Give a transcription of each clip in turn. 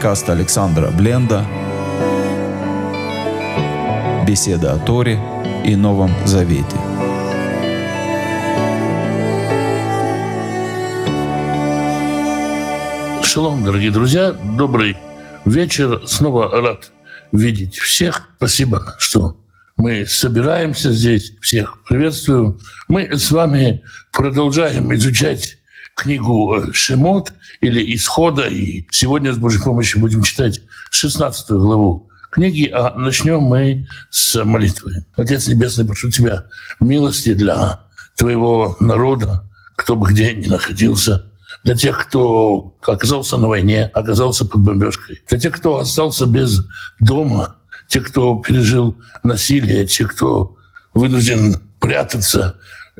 Подкаст Александра Бленда. Беседа о Торе и Новом Завете. Шалом, дорогие друзья, добрый вечер. Снова рад видеть всех. Спасибо, что мы собираемся здесь. Всех приветствую. Мы с вами продолжаем изучать книгу Шемот или Исхода. И сегодня с Божьей помощью будем читать 16 главу книги. А начнем мы с молитвы. Отец Небесный, прошу Тебя милости для Твоего народа, кто бы где ни находился, для тех, кто оказался на войне, оказался под бомбежкой, для тех, кто остался без дома, те, кто пережил насилие, те, кто вынужден прятаться,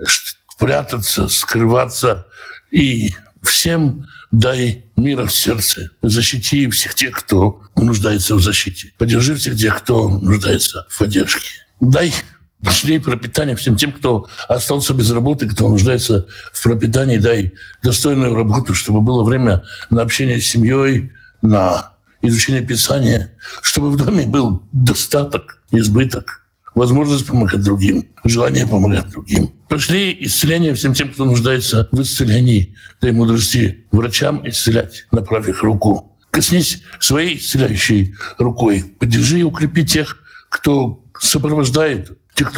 скрываться. И всем дай мира в сердце. Защити всех тех, кто нуждается в защите. Поддержи всех тех, кто нуждается в поддержке. Дай дошли пропитание всем тем, кто остался без работы, кто нуждается в пропитании. Дай достойную работу, чтобы было время на общение с семьей, на изучение Писания, чтобы в доме был достаток, избыток, возможность помогать другим, желание помогать другим. Пошли исцеление всем тем, кто нуждается в исцелении. Дай мудрости врачам исцелять, направь их руку. Коснись своей исцеляющей рукой. Поддержи и укрепи тех, кто сопровождает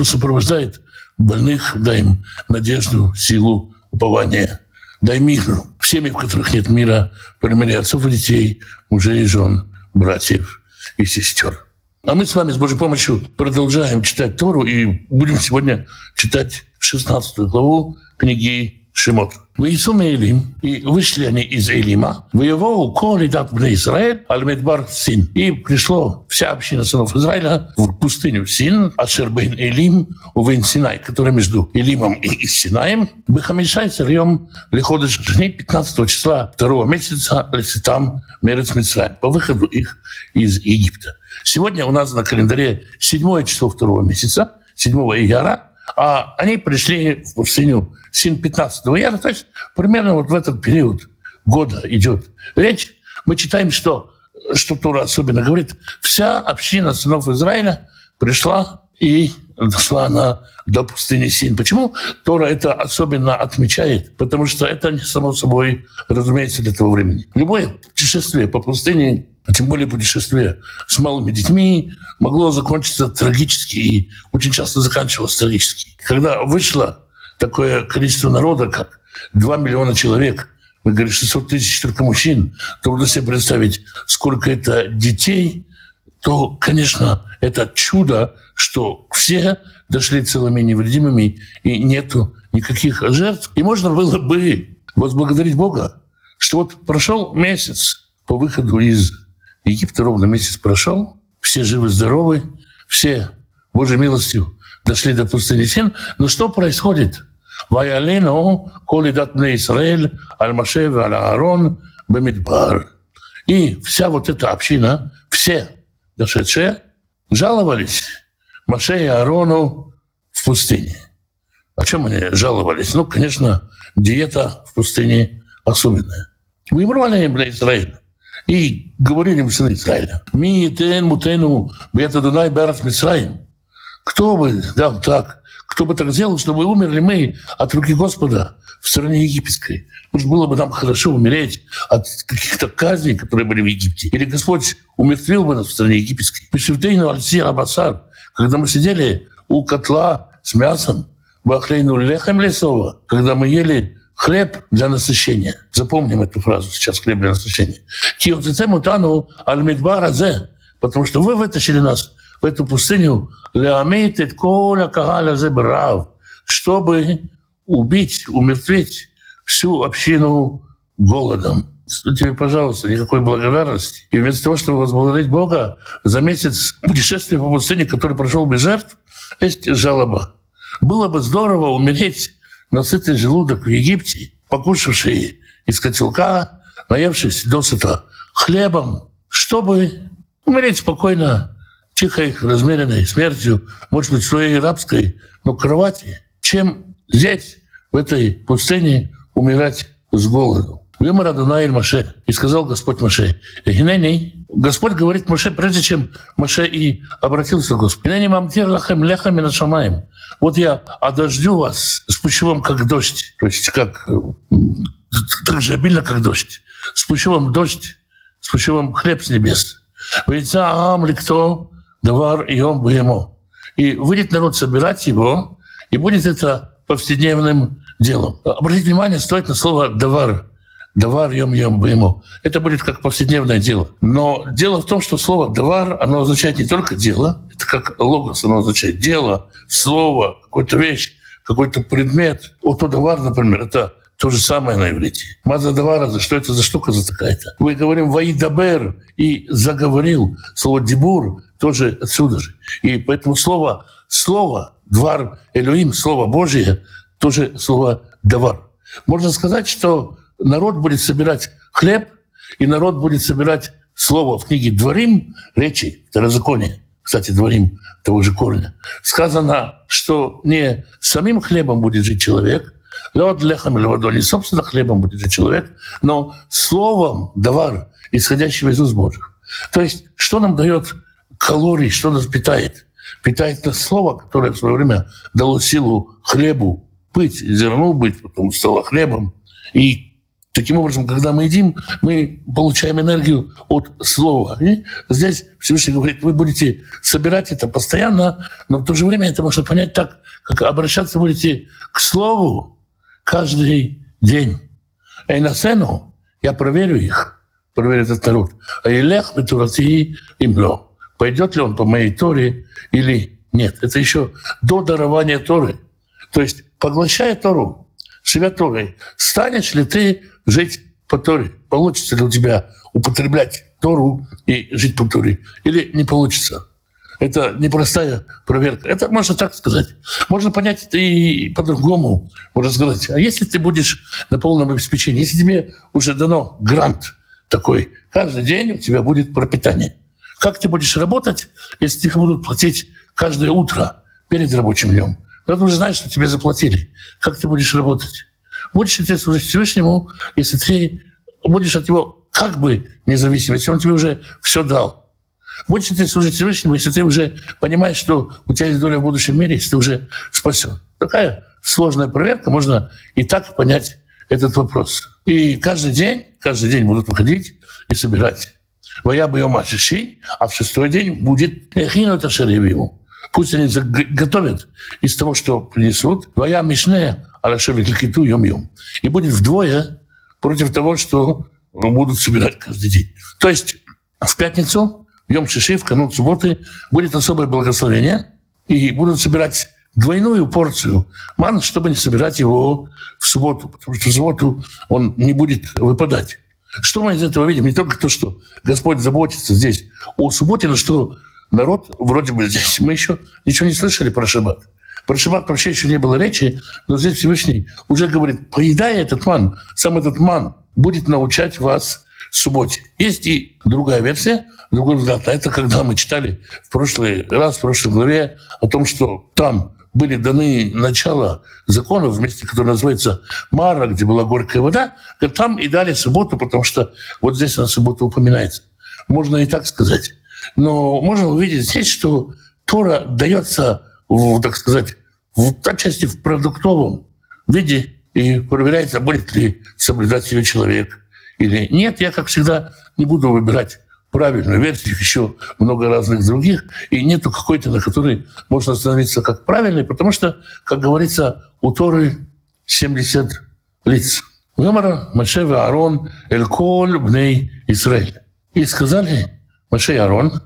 больных, дай им надежду, силу, упование. Дай мир в семьях, в которых нет мира, примири отцов и детей, мужей и жен, братьев и сестер. А мы с вами с Божьей помощью продолжаем читать Тору и будем сегодня читать 16 главу книги Шемот. «Ваису Элим, и вышли они из Элима, воевал коли дат бней Израиль, аль-Медбар Син». И пришло вся община сынов Израиля в пустыню Син, ашер бейн Элим, увейн Синай, которая между Элимом и Синаем, бехамишай царем лиходыш жни 15 числа 2 месяца леситам мерец Мицраим, по выходу их из Египта. Сегодня у нас на календаре 7 число 2 месяца, 7 ияра, а они пришли в пустыню Син 15 ияра, то есть примерно вот в этот период года идет речь. Мы читаем, что Тора особенно говорит, вся община сынов Израиля пришла и дошла до пустыни Син. Почему Тора это особенно отмечает? Потому что это не само собой разумеется для того времени. Любое путешествие по пустыне, тем более путешествие с малыми детьми, могло закончиться трагически и очень часто заканчивалось трагически. Когда вышло такое количество народа, как 2 миллиона человек, мы говорим, 600 тысяч только мужчин, трудно себе представить, сколько это детей, то, конечно, это чудо, что все дошли целыми невредимыми и нету никаких жертв. И можно было бы возблагодарить Бога, что вот прошел месяц по выходу из Египта, ровно месяц прошел, все живы-здоровы, все Божьей милостью дошли до пустыни Син. Но что происходит? «Ваялину коли дат бней Исраэль аль-Моше ве-аль-Аарон бемидбар». И вся вот эта община, все дошедшие, жаловались Моше и Аарону в пустыне. О чем они жаловались? Ну, конечно, диета в пустыне особенная. «Вимру алейхим бней Исраэль». И говорили им сыны Израиля: «Ми етен мутену бет Адонай беэрец Мицраим». Кто бы дал так, кто бы так сделал, чтобы умерли мы от руки Господа в стране египетской? Может, было бы нам хорошо умереть от каких-то казней, которые были в Египте? Или Господь умертвил бы нас в стране египетской? Пешевтейну альсир абасар, когда мы сидели у котла с мясом, бахлейну лехем лесова, когда мы ели хлеб для насыщения. Запомним эту фразу сейчас, хлеб для насыщения. Потому что вы вытащили нас в эту пустыню, чтобы убить, умертвить всю общину голодом. Тебе, пожалуйста, никакой благодарности. И вместо того, чтобы возблагодарить Бога за месяц путешествия по пустыне, который прошел без жертв, есть жалоба. Было бы здорово умереть на сытый желудок в Египте, покушавший из котелка, наевшись досыта хлебом, чтобы умереть спокойно, тихой, размеренной смертью, может быть, в своей рабской, но кровати, чем здесь, в этой пустыне, умирать с голоду. «Вимар Адонай эль Моше», и сказал Господь Моше: «Гинени, Господь говорит Моше, прежде чем Моше и обратился к Господу: «Я не мамтир лахем лехами над шамаем». Вот я одождю вас, спущу вам как дождь, то есть как так же обильно, как дождь. Спущу вам дождь, спущу вам хлеб с небес. «Вейца аам ликто давар йом б'емо». И выйдет народ собирать его, и будет это повседневным делом. Обратите внимание, стоит на слово «давар». «Давар йом б'емо». Это будет как повседневное дело. Но дело в том, что слово «давар», оно означает не только дело, это как логос, оно означает дело, слово, какую-то вещь, какой-то предмет. Вот «давар», например, это то же самое на иврите. «Маза давара», что это за штука за такая-то? Мы говорим «ваидабер» и «заговорил». Слово «дибур» тоже отсюда же. И поэтому слово «двар Элоим», слово Божие, тоже слово «давар». Можно сказать, что народ будет собирать хлеб, и народ будет собирать слово в книге «Дворим», речи, второзаконие, кстати, «Дворим» того же корня. Сказано, что не самим хлебом будет жить человек, не собственно хлебом будет жить человек, но словом «давар», исходящим из уст Божьих. То есть что нам дает калорий, что нас питает? Питает нас слово, которое в свое время дало силу хлебу быть, зерну быть, потом стало хлебом. И таким образом, когда мы едим, мы получаем энергию от слова. И здесь Всевышний говорит: вы будете собирать это постоянно, но в то же время это можно понять так, как обращаться будете к слову каждый день. Эйнасену, я проверю их, проверю этот народ. Аилех бетурати имло. Пойдет ли он по моей Торе или нет. Это еще до дарования Торы. То есть, поглощая Тору, живя Торой, станешь ли ты жить по Торе? Получится ли у тебя употреблять Тору и жить по Торе? Или не получится? Это непростая проверка. Это можно так сказать. Можно понять это и по-другому. Можно сказать: а если ты будешь на полном обеспечении, если тебе уже дано грант такой, каждый день у тебя будет пропитание. Как ты будешь работать, если тебе будут платить каждое утро перед рабочим днем? Ты уже знаешь, что тебе заплатили. Как ты будешь работать? Будешь ли ты служить Всевышнему, если ты будешь от него как бы независим, если он тебе уже все дал? Будешь ли ты служить Всевышнему, если ты уже понимаешь, что у тебя есть доля в будущем мире, если ты уже спасен? Такая сложная проверка, можно и так понять этот вопрос. И каждый день будут выходить и собирать. «Вая бьем ашиши», а в шестой день будет «эхину ташеревиму». Пусть они готовят из того, что принесут. «Вая мишне алашевик ликиту йом-йом». И будет вдвое против того, что будут собирать каждый день. То есть в пятницу, в Йом Шиши, в канун субботы, будет особое благословение, и будут собирать двойную порцию мана, чтобы не собирать его в субботу, потому что в субботу он не будет выпадать. Что мы из этого видим? Не только то, что Господь заботится здесь о субботе, но что народ вроде бы здесь. Мы еще ничего не слышали про шаббат. Про шаббат вообще еще не было речи, но здесь Всевышний уже говорит: поедая этот ман, сам этот ман будет научать вас субботе. Есть и другая версия, другой взгляд. А это когда мы читали в прошлый раз, в прошлой главе о том, что там были даны начала законов, вместе, который называется Мара, где была горькая вода, там и дали субботу, потому что вот здесь на субботу упоминается. Можно и так сказать. Но можно увидеть здесь, что Тора дается, так сказать, отчасти в продуктовом виде, и проверяется, будет ли соблюдать ее человек или нет. Я, как всегда, не буду выбирать правильную версию, еще много разных других, и нету какой-то, на которой можно остановиться как правильный, потому что, как говорится, у Торы 70 лиц. «Вемара Моше и Аарон эль коль бней Исраэль». И сказали Моше и Аарон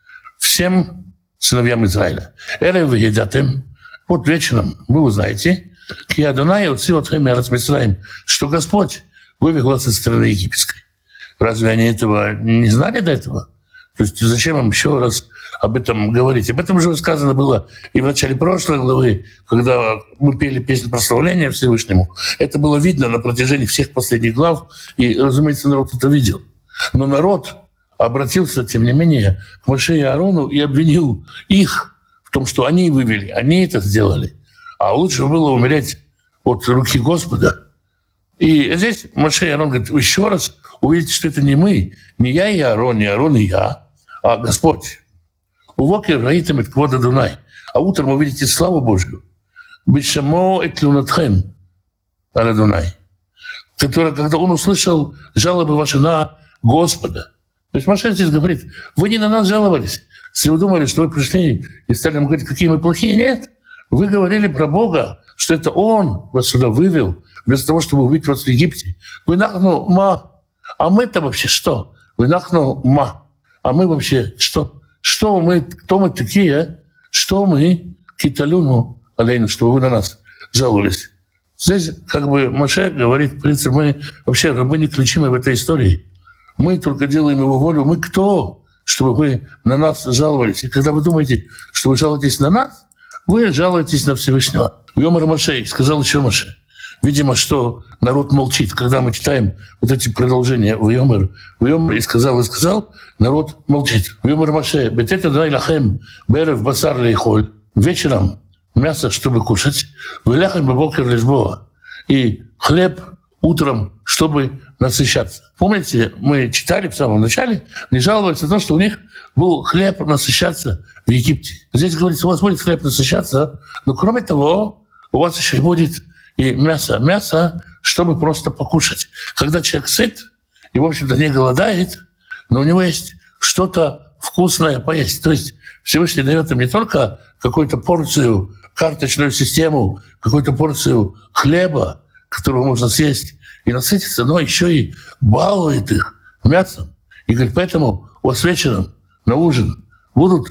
всем сыновьям Израиля: «Эрев едятем». Вот вечером вы узнаете, «Ки Адонай отци отхем эрец Мицраим», что Господь вывел вас из страны египетской. Разве они этого не знали до этого? То есть зачем им еще раз об этом говорить? Об этом уже сказано было и в начале прошлой главы, когда мы пели песню прославления Всевышнему. Это было видно на протяжении всех последних глав, и, разумеется, народ это видел. Но народ обратился, тем не менее, к Моше и Аарону и обвинил их в том, что они вывели, они это сделали. А лучше было умереть от руки Господа. И здесь Моше и Аарон говорят: еще раз увидите, что это не мы, не я и Аарон, не Аарон и я, а Господь. Увокер раитам эт квода Дунай. А утром увидите славу Божью. Бешамо эт лунатхем аля Дунай. Когда он услышал жалобы ваши на Господа. То есть Моше здесь говорит, вы не на нас жаловались. Если вы думали, что вы пришли и стали нам говорить, какие мы плохие, нет. Вы говорили про Бога, что это Он вас сюда вывел, вместо того, чтобы убить вас в Египте. Вы нахну ма. А мы-то вообще что? Вы нахну ма. А мы вообще что? Что мы, кто мы такие? Что мы, киталюну, алейну, что вы на нас жаловались? Здесь как бы Моше говорит, в принципе, мы вообще рабы неключимы в этой истории. Мы только делаем его волю. Мы кто? Чтобы вы на нас жаловались. И когда вы думаете, что вы жалуетесь на нас, вы жалуетесь на Всевышнего. Йомар Моше, сказал еще Моше. Видимо, что народ молчит. Когда мы читаем вот эти продолжения в Йомар и сказал, народ молчит. Йомар Моше, бетета дай лахем, берев басар лейхоль. Вечером мясо, чтобы кушать, выляхем бабокер лишбоа. И хлеб утром, чтобы насыщаться. Помните, мы читали в самом начале, не жаловались на то, что у них был хлеб насыщаться в Египте. Здесь говорится, у вас будет хлеб насыщаться, но кроме того, у вас еще будет и мясо. Мясо, чтобы просто покушать. Когда человек сыт и, в общем-то, не голодает, но у него есть что-то вкусное поесть. То есть Всевышний дает им не только какую-то порцию, карточную систему, какую-то порцию хлеба, которого можно съесть и насытиться, но еще и балует их мясом. И говорит, поэтому у вас вечером на ужин будут,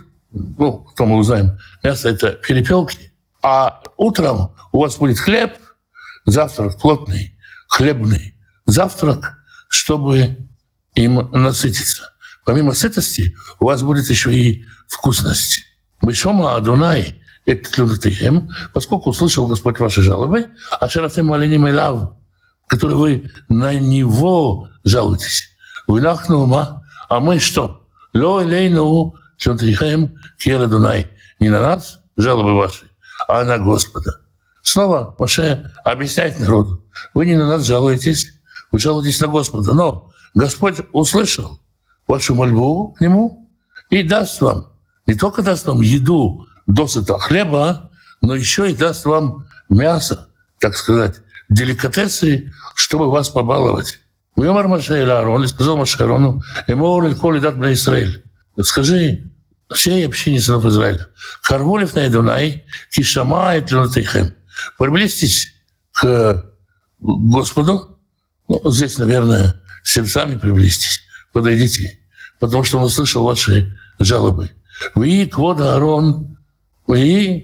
кто мы узнаем, мясо — это перепелки, а утром у вас будет хлеб, завтрак плотный, хлебный завтрак, чтобы им насытиться. Помимо сытости у вас будет еще и вкусность. Бешома Адонай — это клюнатыхем, поскольку услышал Господь ваши жалобы, а шарафем аленим элав, которые вы на Него жалуетесь. Вы нахнума, а мы что? Ло элейну клюнатыхем кер Адонай. Не на нас жалобы ваши, а на Господа. Снова Моше объясняет народу. Вы не на нас жалуетесь, вы жалуетесь на Господа. Но Господь услышал вашу мольбу к Нему и даст вам, не только даст вам еду досыта хлеба, но еще и даст вам мясо, так сказать, деликатесы, чтобы вас побаловать. Вымар Моше и Аарон, и сказал Моше Аарону, «Эмор эль коли дат бней Исраэль». Скажи всей общине сынов Израиля, «Харволев на Эдунай, кишама и тлюнатейхем». Приблизьтесь к Господу, здесь, наверное, сердцами приблизьтесь, подойдите, потому что Он услышал ваши жалобы. Вы, квода Аарон, вы,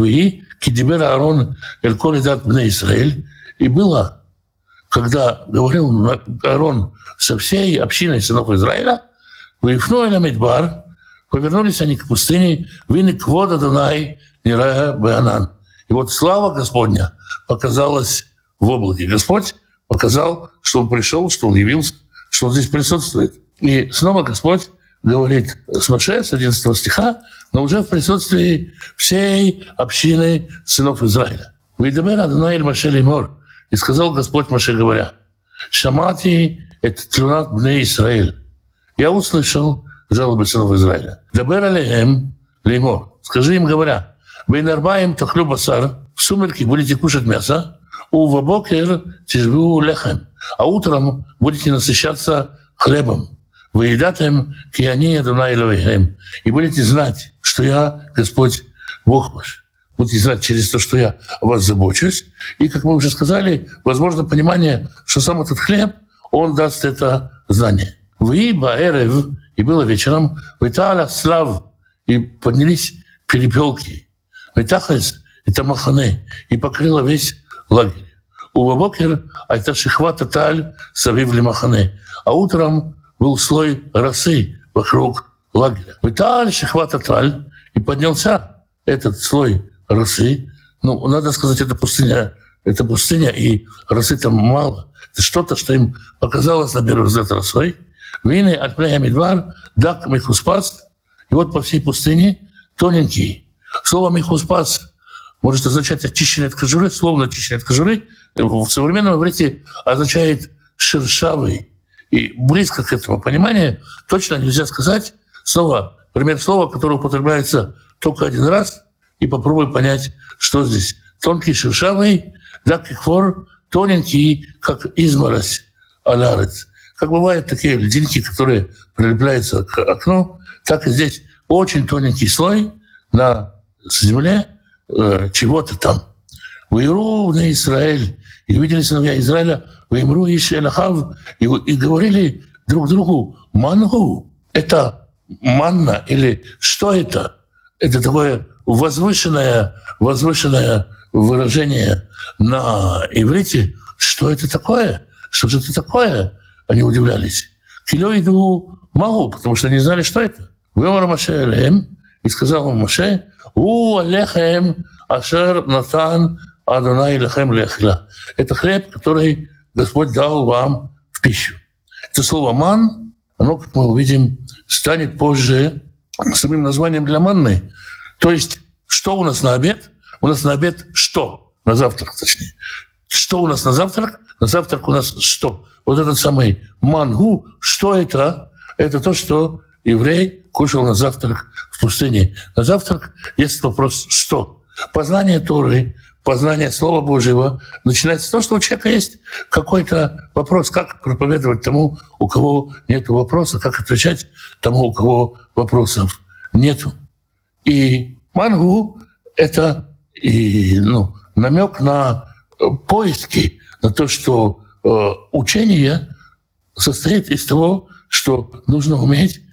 кидибер Аарон, эль коли дат бней Исраэль. И было, когда говорил Аарон со всей общиной сынов Израиля, «Ваифну эль амидбар», повернулись они к пустыне, «Вины квода Дунай, нирая беанан». И вот слава Господня показалась в облаке. Господь показал, что Он пришел, что Он явился, что Он здесь присутствует. И снова Господь говорит с Моше, с 11 стиха, но уже в присутствии всей общины сынов Израиля. «Вейдабер Адонай эль Моше леймор». И сказал Господь Моше, говоря, «Шамати эт тлюнат бней Исраэль». Я услышал жалобы сынов Израиля. «Дабер алейхем леймор». Скажи им, говоря, «Бейнарбаим тахлю басар». В сумерки будете кушать мясо, «У вабокер тишбу лехем». А утром будете насыщаться хлебом. «Выедатем кияни Адонай элохейхем». И будете знать, что я Господь Бог ваш. Будете знать через то, что я о вас забочусь. И, как мы уже сказали, возможно понимание, что сам этот хлеб, он даст это знание. «Вы баэрев», и было вечером, «Виталя слав», и поднялись перепелки. «Витахес», это махане, и покрыло весь лагерь. «У вабокер», это шихвата таль, савив махане. А утром был слой росы вокруг лагеря. «Виталь шихвата таль», и поднялся этот слой росы. Надо сказать, это пустыня, и росы там мало. Это что-то, что им показалось на первый взгляд росой. «Вины от плея Мидвар, дак михуспас». И вот по всей пустыне тоненький. Слово «михуспас» может означать очищенный от кожуры. Словно очищенный от кожуры в современном иврите означает шершавый И близко к этому пониманию точно нельзя сказать слово, пример слова, которое употребляется только один раз, и попробуй понять, что здесь. Тонкий, шершавый, да, кихфор, тоненький, как изморозь, алярец. Как бывают такие льдинки, которые прилепляются к окну, так и здесь очень тоненький слой на земле чего-то там. «Ваиру на Израиль». И увидели сыновья Израиля, «Ваимру иш элахав». И говорили друг другу, «Мангу». Это манна или что это? Это такое возвышенное выражение на иврите. Что это такое? Что же это такое? Они удивлялись. «Кило иду магу», потому что не знали, что это. «Вемар Моше элеем». И сказал ему Моше, «У алехем ашер натан Адонай лехем лехла». Это хлеб, который Господь дал вам в пищу. Это слово «ман», оно, как мы увидим, станет позже самим названием для манны. То есть, что у нас на обед? У нас на обед что? На завтрак, точнее. Что у нас на завтрак? На завтрак у нас что? Вот этот самый мангу, что это? Это то, что еврей кушал на завтрак в пустыне. На завтрак есть вопрос «что?». Познание Торы, познание Слова Божьего начинается с того, что у человека есть какой-то вопрос, как проповедовать тому, у кого нет вопроса, как отвечать тому, у кого вопросов нету. И мангу — это намек на поиски, на то, что учение состоит из того, что нужно уметь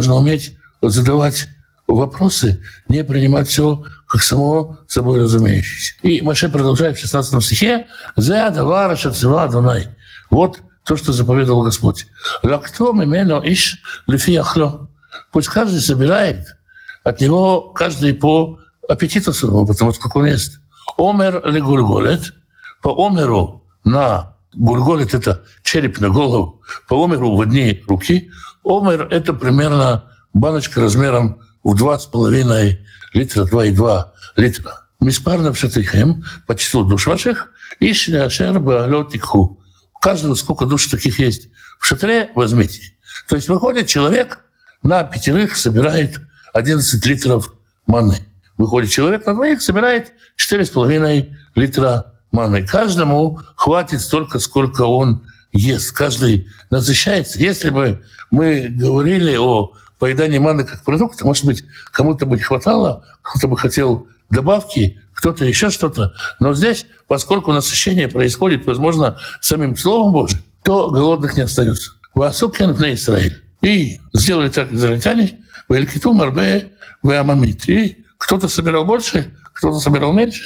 задавать вопросы, не принимать все как само собой разумеющееся. И Моше продолжает в 16 стихе: «Зе адавар шацива Адонай». Вот то, что заповедовал Господь. «Лакто мимено иш лефи ахло». Пусть каждый собирает от него, каждый по аппетиту своему, потому что как он ест. «Омер ле гурголет». По омеру на гурголет — это череп на голову, по омеру в одни руки. Омер — это примерно баночка размером в 2,5 литра, 2,2 литра. Миспарно в шатыхем, по числу душ ваших, и шляшер баалотикху. У каждого сколько душ таких есть в шатре, возьмите. То есть выходит человек на 5 собирает 11 литров манны. Выходит человек на 2 собирает 4,5 литра манны. Каждому хватит столько, сколько он ест. Каждый насыщается. Если бы мы говорили о поедании манны как продукта, может быть, кому-то бы не хватало, кто-то бы хотел добавки, кто-то еще что-то. Но здесь, поскольку насыщение происходит, возможно, самим Словом Божьим, то голодных не остается. «Ваасукен на Израиль». И сделали так израильтяне, «Вэлькиту марбе вэамамит». И кто-то собирал больше, кто-то собирал меньше.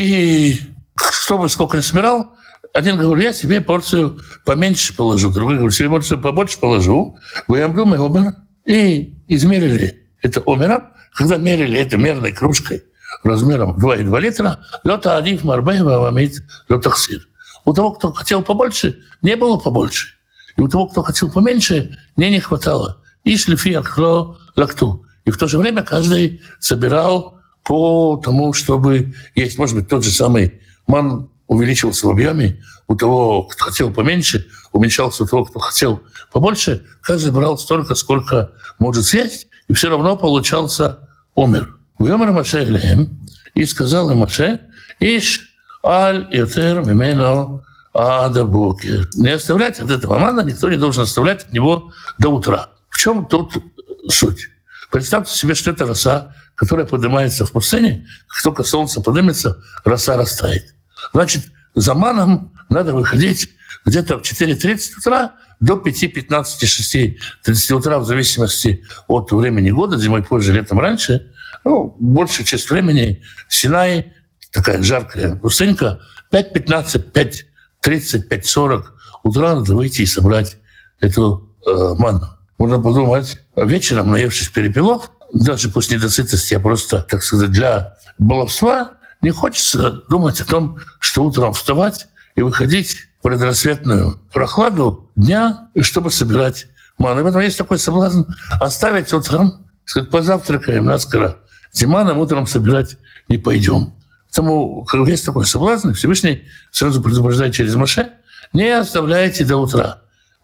И кто бы сколько не собирал, один говорит: я себе порцию поменьше положу, другой говорит: себе порцию побольше положу. Выямблю омер. И измерили это омером. Когда мерили это мерной кружкой размером 2,2 литра, лёта адиф марбе вэамамит лётахсир. У того, кто хотел побольше, не было побольше. И у того, кто хотел поменьше, не хватало. И шлифи ахло лакту. И в то же время каждый собирал по тому, чтобы есть. Может быть, тот же самый ман увеличивался в объеме. У того, кто хотел поменьше, уменьшался у того, кто хотел побольше. Каждый брал столько, сколько может съесть, и все равно получался омер. «Вьомер Моше элеем», и сказал им Моше: «Иш аль ютер мимено ада бокер». Не оставлять от этого мана, никто не должен оставлять от него до утра. В чем тут суть? Представьте себе, что это роса, которая поднимается в пустыне. Как только солнце поднимется, роса растает. Значит, за маном надо выходить где-то в 4:30 утра до 5:15, 6:30 утра, в зависимости от времени года, зимой позже, летом раньше. Большая часть времени Синай, такая жаркая пустынька, 5:15, 5:30, 5:40 утра надо выйти и собрать эту манну. Можно подумать, вечером, наевшись перепелов, даже после недосытости, а просто, так сказать, для баловства, не хочется думать о том, что утром вставать и выходить в предрассветную прохладу дня, чтобы собирать ману. И в этом есть такой соблазн оставить утром, сказать: позавтракаем наскоро, маном утром собирать не пойдем. Поэтому, когда есть такой соблазн, Всевышний сразу предупреждает через Моше: не оставляйте до утра.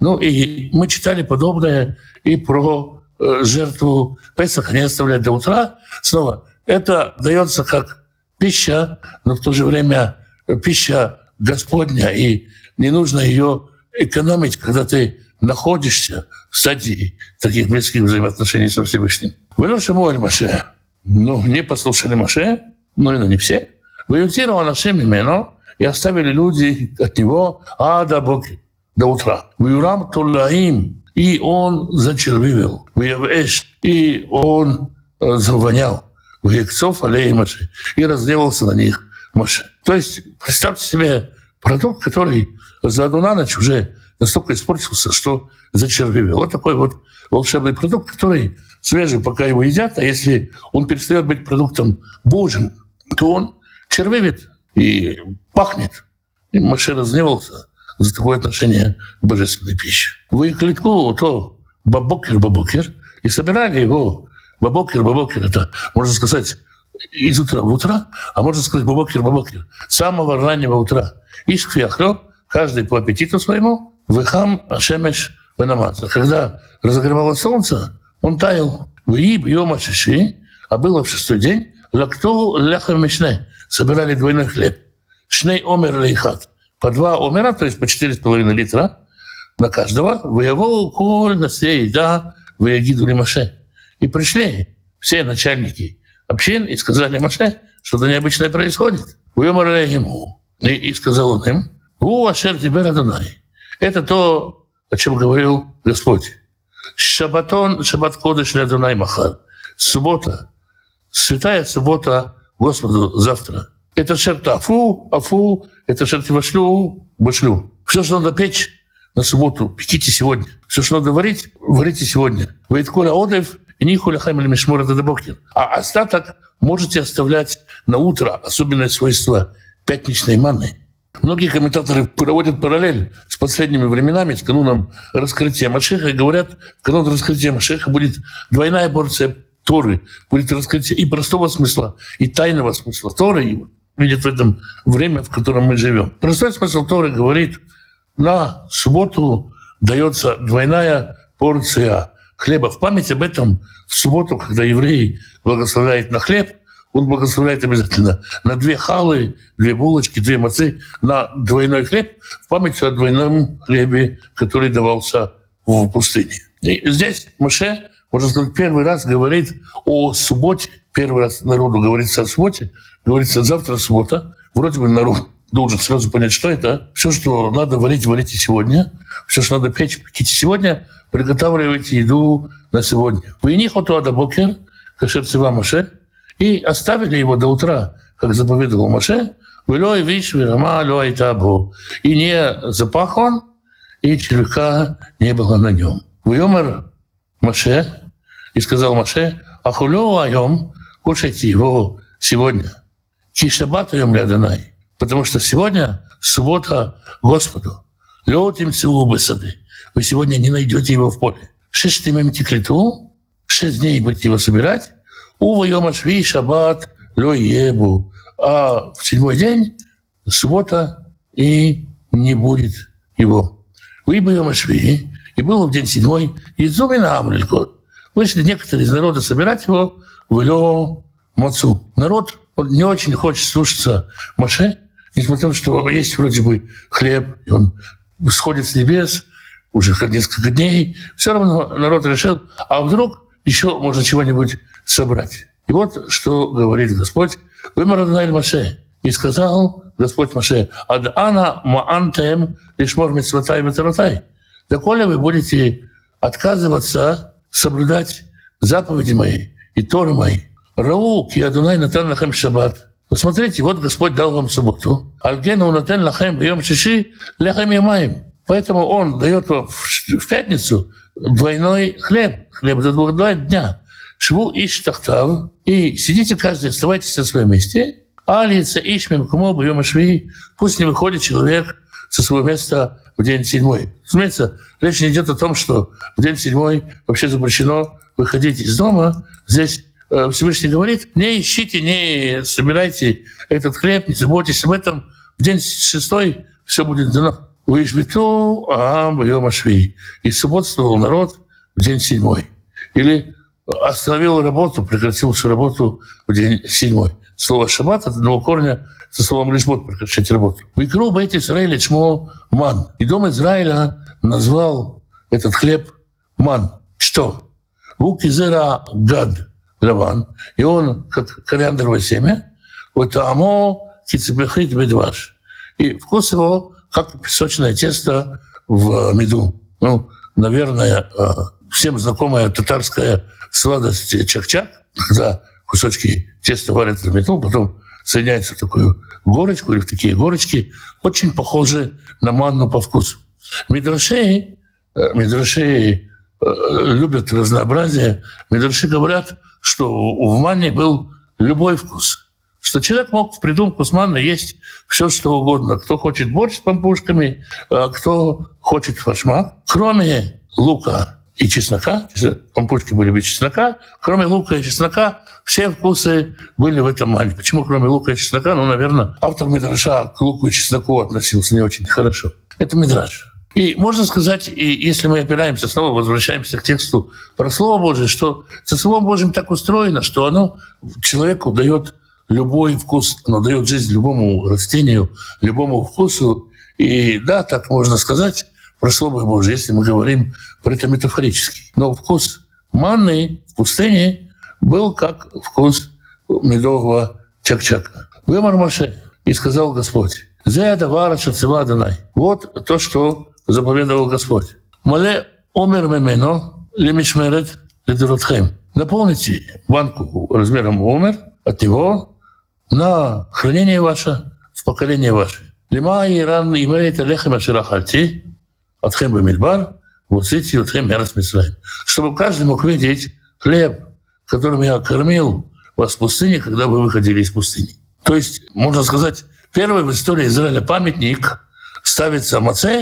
Ну и мы читали подобное и про жертву Песах, не оставлять до утра. Снова, это дается как пища, но в то же время пища Господня, и не нужно ее экономить, когда ты находишься в стадии таких близких взаимоотношений со Всевышним. Вы Шмуэль Моше, не послушали Моше, но не все. Ваютиру Анашим именно, и оставили люди от него до боки, до утра. Вюрам Тулаим, и он зачервивил. Вявэш, и он завонял. Векцов алей Моше, и разгневался на них Моше. То есть представьте себе продукт, который за одну на ночь уже настолько испортился, что зачервивел. Вот такой вот волшебный продукт, который свежий, пока его едят, а если он перестает быть продуктом Божьим, то он червивит и пахнет. И Моше разгневался за такое отношение к божественной пище. Вы клетку то бабокер, и собирали его бабокер, это, можно сказать, из утра в утро, а можно сказать бабокер, с самого раннего утра. Ишквяхлё, каждый по аппетиту своему, выхам ашемеш венамаца. Когда разогревалось солнце, он таял. Вииб йома шиши, а было в 6-й день, лакту ляхам мишне, собирали двойной хлеб. Шней омер лейхат. По 2 омера, то есть по 4,5 литра на каждого. Выявол коль на сей, да, выягиду ли Моше. И пришли все начальники общин и сказали Моше, что-то необычное происходит. Выемер ему. И сказал он им, ашер тибер Адонай. Это то, о чем говорил Господь. Шаббат кодеш Адонай махар. Суббота, святая суббота Господу завтра. Это шерта афу, это шерти вашлю. Все, что надо печь на субботу, пеките сегодня. Все, что надо варить, варите сегодня. Вейтколя одев, и нихуля хамель мишмор это добокер. А остаток можете оставлять на утро, особенное свойство пятничной манны. Многие комментаторы проводят параллель с последними временами, с кануном раскрытия Машеха, и говорят, в канун раскрытия Машеха будет двойная порция Торы, будет раскрытие и простого смысла, и тайного смысла Торы, и видят в этом время, в котором мы живем. Простой смысл Торы говорит, на субботу дается двойная порция хлеба. В память об этом в субботу, когда еврей благословляет на хлеб, он благословляет обязательно на 2 халы, 2 булочки, 2 мацы, на двойной хлеб, в память о двойном хлебе, который давался в пустыне. И здесь Моше, можно сказать, первый раз говорит о субботе, первый раз народу говорится о субботе, говорится завтра суббота, вроде бы народ должен сразу понять, что это. Все, что надо варить, варите сегодня. Все, что надо печь, пеките сегодня. Приготавливайте еду на сегодня. Вы не хотуада бокер, кашер цива Моше, и оставили его до утра, как заповедовал Моше, «Вэлой виш вирама лой табу». И не запах он, и червяка не было на нем. «Вьомер Моше», и сказал Моше, «Ахулё айом, кушайте его сегодня. Ки шаббат айом лядонай». Потому что сегодня суббота Господу. «Лётим цилу бысады». Вы сегодня не найдете его в поле. 6 тиклиту, 6 дней будете его собирать, Ува йома шви шаббат ло ебу. А в 7-й день суббота и не будет его. Вы бы йома шви, и было в день 7-й, и зумина амлилькот. Вышли некоторые из народа собирать его в ло мацу. Народ он не очень хочет слушаться Моше, несмотря на то, что есть вроде бы хлеб, и он сходит с небес уже несколько дней. Все равно народ решил, а вдруг еще можно чего-нибудь собрать. И вот что говорит Господь. «Вымер Адонай Моше». И сказал Господь Моше, «Ад ана маантем лишмор мицватай ветаратай». Доколе вы будете отказываться соблюдать заповеди мои и Торы мои. «Рау ки Адонай натан лахем шаббат». Посмотрите, вот Господь дал вам субботу. «Альгену натан лахем бьем шиши лахем ямаем». Поэтому Он дает вам в пятницу двойной хлеб до 2 дня. Шву иш тахтав, и сидите каждый, оставайтесь на своем месте. Алица ишмем кому бьем шви, пусть не выходит человек со своего места в день 7-й. Разумеется, речь не идет о том, что в день 7-й вообще запрещено выходить из дома. Здесь Всевышний говорит, не ищите, не собирайте этот хлеб, не заботьтесь об этом. В день 6-й все будет дано. «Вишбиту аам бьем ашви». И субботствовал народ в день 7. Или остановил работу, прекратил всю работу в день 7. Слово «шаббат» от одного корня со словом «лишбот» — прекращать работу. «Выкру бейт Исраэля чмо ман». И дом Израиля назвал этот хлеб ман. Что? «Вукизера гад лаван». И он, как кориандровое семя, вот амо кицебехит бедваш. И вкус его, как песочное тесто в меду. Ну, наверное, всем знакомая татарская сладость чак-чак, когда кусочки теста варят в меду, потом соединяются в такую горочку или в такие горочки, очень похожи на манну по вкусу. Мидраши любят разнообразие. Мидраши говорят, что в манне был любой вкус. Что человек мог в придумку с манной есть все, что угодно. Кто хочет борщ с пампушками, а кто хочет фаршмак. Кроме лука и чеснока, пампушки были без чеснока, кроме лука и чеснока все вкусы были в этом манне. Почему кроме лука и чеснока? Ну, наверное, автор мидраша к луку и чесноку относился не очень хорошо. Это мидраш. И можно сказать, и если мы опираемся, снова возвращаемся к тексту про Слово Божие, что со Словом Божьим так устроено, что оно человеку дает любой вкус, оно дает жизнь любому растению, любому вкусу. И да, так можно сказать про Слово Божие, если мы говорим про это метафорически. Но вкус манны в пустыне был как вкус медового чак-чака. «Вымар Моше, и сказал Господь, «Зе давара шацева Адонай». Вот то, что заповедовал Господь. «Мале омер мемено лемишмерет ледоротхем». Наполните банку размером омер от него на хранение ваше в поколение ваше. «Лима иран имеет алехем аширахальти отхем бамидбар вуцити отхем ярас мисраим». Чтобы каждый мог видеть хлеб, которым я кормил вас в пустыне, когда вы выходили из пустыни. То есть, можно сказать, первый в истории Израиля памятник ставится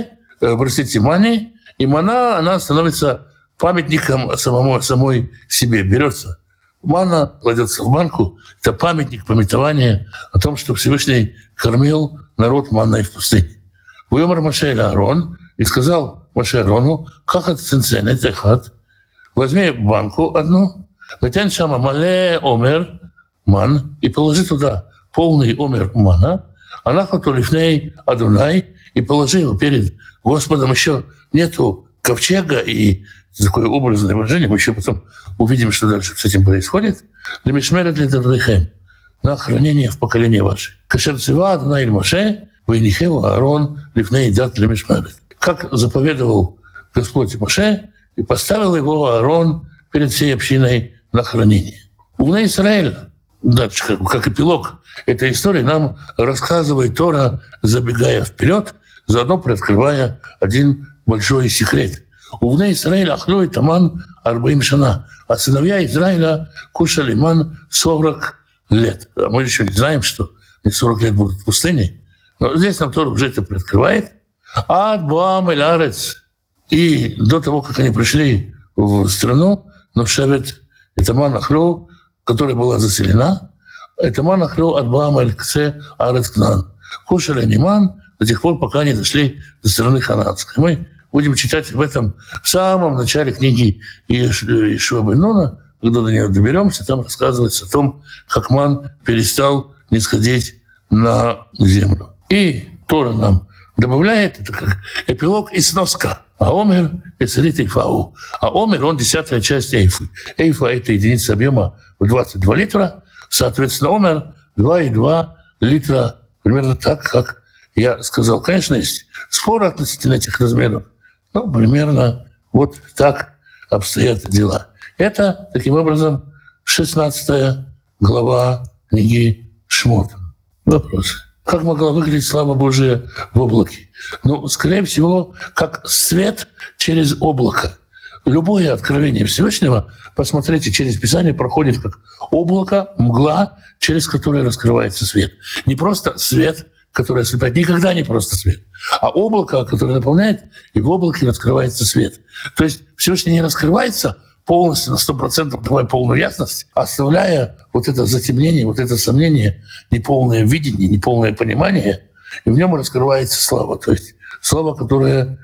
мане, и мана, она становится памятником самой себе. Берется мана, кладется в банку. Это памятник памятования о том, что Всевышний кормил народ манной в пустыне. «Вымар Моше Аарон», и сказал Моше Аарону, «Как это цинцен, это хат, возьми банку одну, вытянь шама мале омер ман, и положи туда полный омер мана, анахату лифней Адонай, и положи его перед Господом. Еще нету ковчега и такое образное выражение, мы еще потом увидим, что дальше с этим происходит. «Лемишмерет ледоротхем», на хранение в поколение ваше. «Кашер цива Адонай Моше, вейнихеву Аарон лифней дат лемишмерет». Как заповедовал Господь Моше, и поставил его Аарон перед всей общиной на хранение. Умный Израиль, дальше, как эпилог этой истории, нам рассказывает Тора, забегая вперед, заодно приоткрывая один большой секрет. Умный Израиль ахлю и таман арбаим шана, а сыновья Израиля кушали ман 40 лет. А мы еще не знаем, что 40 лет будут в пустыне. Но здесь нам Тора уже это приоткрывает. Ад буам эль арец. И до того, как они пришли в страну, но Шевет, это Манахлю, которая была заселена, это Манахлю от Баамаль Кце Арец Кнан. Кушали они ман до тех пор, пока не дошли до страны хананской. Мы будем читать об этом в самом начале книги Иешуа бен Нуна, когда до нее доберемся, там рассказывается о том, как ман перестал не сходить на землю. И Тора нам добавляет, это как эпилог и сноска. А омер – это царит Эйфау. А омер – он 10-я часть эйфы. Эйфа – это единица объема в 22 литра. Соответственно, омер – 2,2 литра. Примерно так, как я сказал. Конечно, есть споры относительно этих размеров. Но примерно вот так обстоят дела. Это, таким образом, 16 глава книги Шмот. Вопрос. Как могла выглядеть слава Божия в облаке? Ну, скорее всего, как свет через облако. Любое откровение Всевышнего, посмотрите, через Писание проходит как облако, мгла, через которое раскрывается свет. Не просто свет, который ослепляет, никогда не просто свет, а облако, которое наполняет, и в облаке раскрывается свет. То есть Всевышний не раскрывается полностью на 100%, давая полную ясность, оставляя вот это затемнение, вот это сомнение, неполное видение, неполное понимание, и в нем раскрывается слава. То есть слова, которые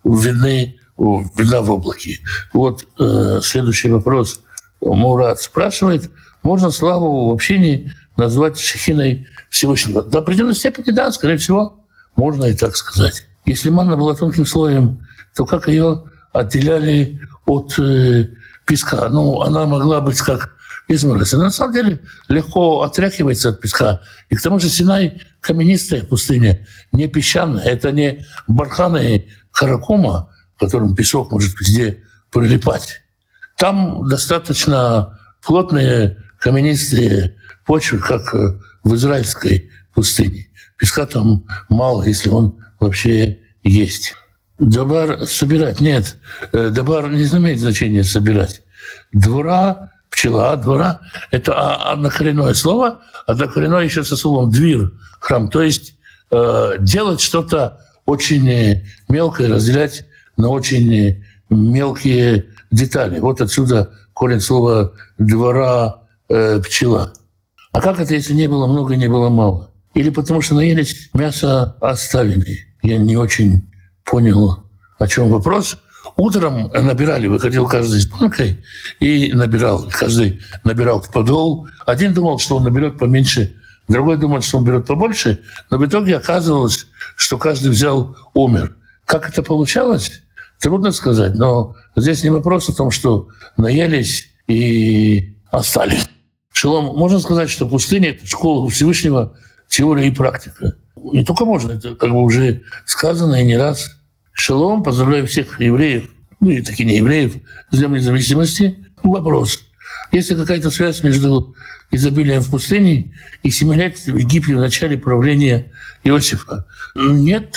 видна в облаке. Вот следующий вопрос. Мурат спрашивает, можно славу в общении назвать шехиной Всевышнего? До определенной степени, да, скорее всего, можно и так сказать. Если манна была тонким слоем, то как ее отделяли от песка? Ну, она могла быть как изморозь. Она на самом деле легко отряхивается от песка. И к тому же Синай — каменистая пустыня, не песчаная. Это не Бархана и Каракума, в котором песок может везде прилипать. Там достаточно плотные каменистые почвы, как в израильской пустыне. Песка там мало, если он вообще есть. Дабар — собирать. Нет, дабар не имеет значения собирать. Двора, пчела, двора — это однокоренное слово, однокоренное еще со словом «двир», храм. То есть делать что-то очень мелкое, разделять на очень мелкие детали. Вот отсюда корень слова «двора», «пчела». А как это, если не было много, не было мало? Или потому что наелись, мясо оставили? Я не очень понял, о чем вопрос. Утром набирали, выходил каждый с банкой и набирал. Каждый набирал в подол. Один думал, что он наберет поменьше, другой думал, что он берет побольше. Но в итоге оказывалось, что каждый взял, умер. Как это получалось? Трудно сказать. Но здесь не вопрос о том, что наелись и остались. Шалом, можно сказать, что пустыня — это школа Всевышнего, теория и практика. Не только можно, это как бы уже сказано и не раз. Шалом, поздравляю всех евреев, ну и таки не евреев, с Днем независимости. Вопрос. Есть ли какая-то связь между изобилием в пустыне и 7 лет в Египте в начале правления Иосифа? Нет,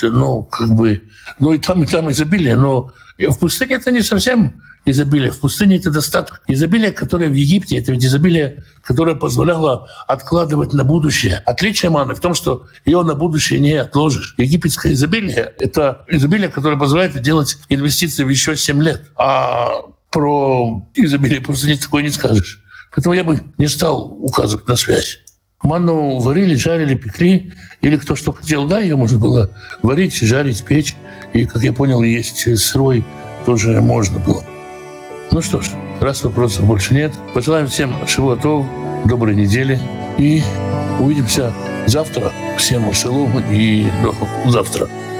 и там изобилие, но в пустыне это не совсем изобилие. В пустыне это достаток. Изобилие, которое в Египте, это ведь изобилие, которое позволяло откладывать на будущее. Отличие маны в том, что ее на будущее не отложишь. Египетское изобилие — это изобилие, которое позволяет делать инвестиции в еще 7 лет. А про изобилие просто такое не скажешь. Поэтому я бы не стал указывать на связь. Манну варили, жарили, пекли. Или кто что хотел, да, ее можно было варить, жарить, печь. И, как я понял, есть сырой тоже можно было. Ну что ж, раз вопросов больше нет, пожелаем всем шавуа тов, доброй недели. И увидимся завтра. Всем шалом и до завтра.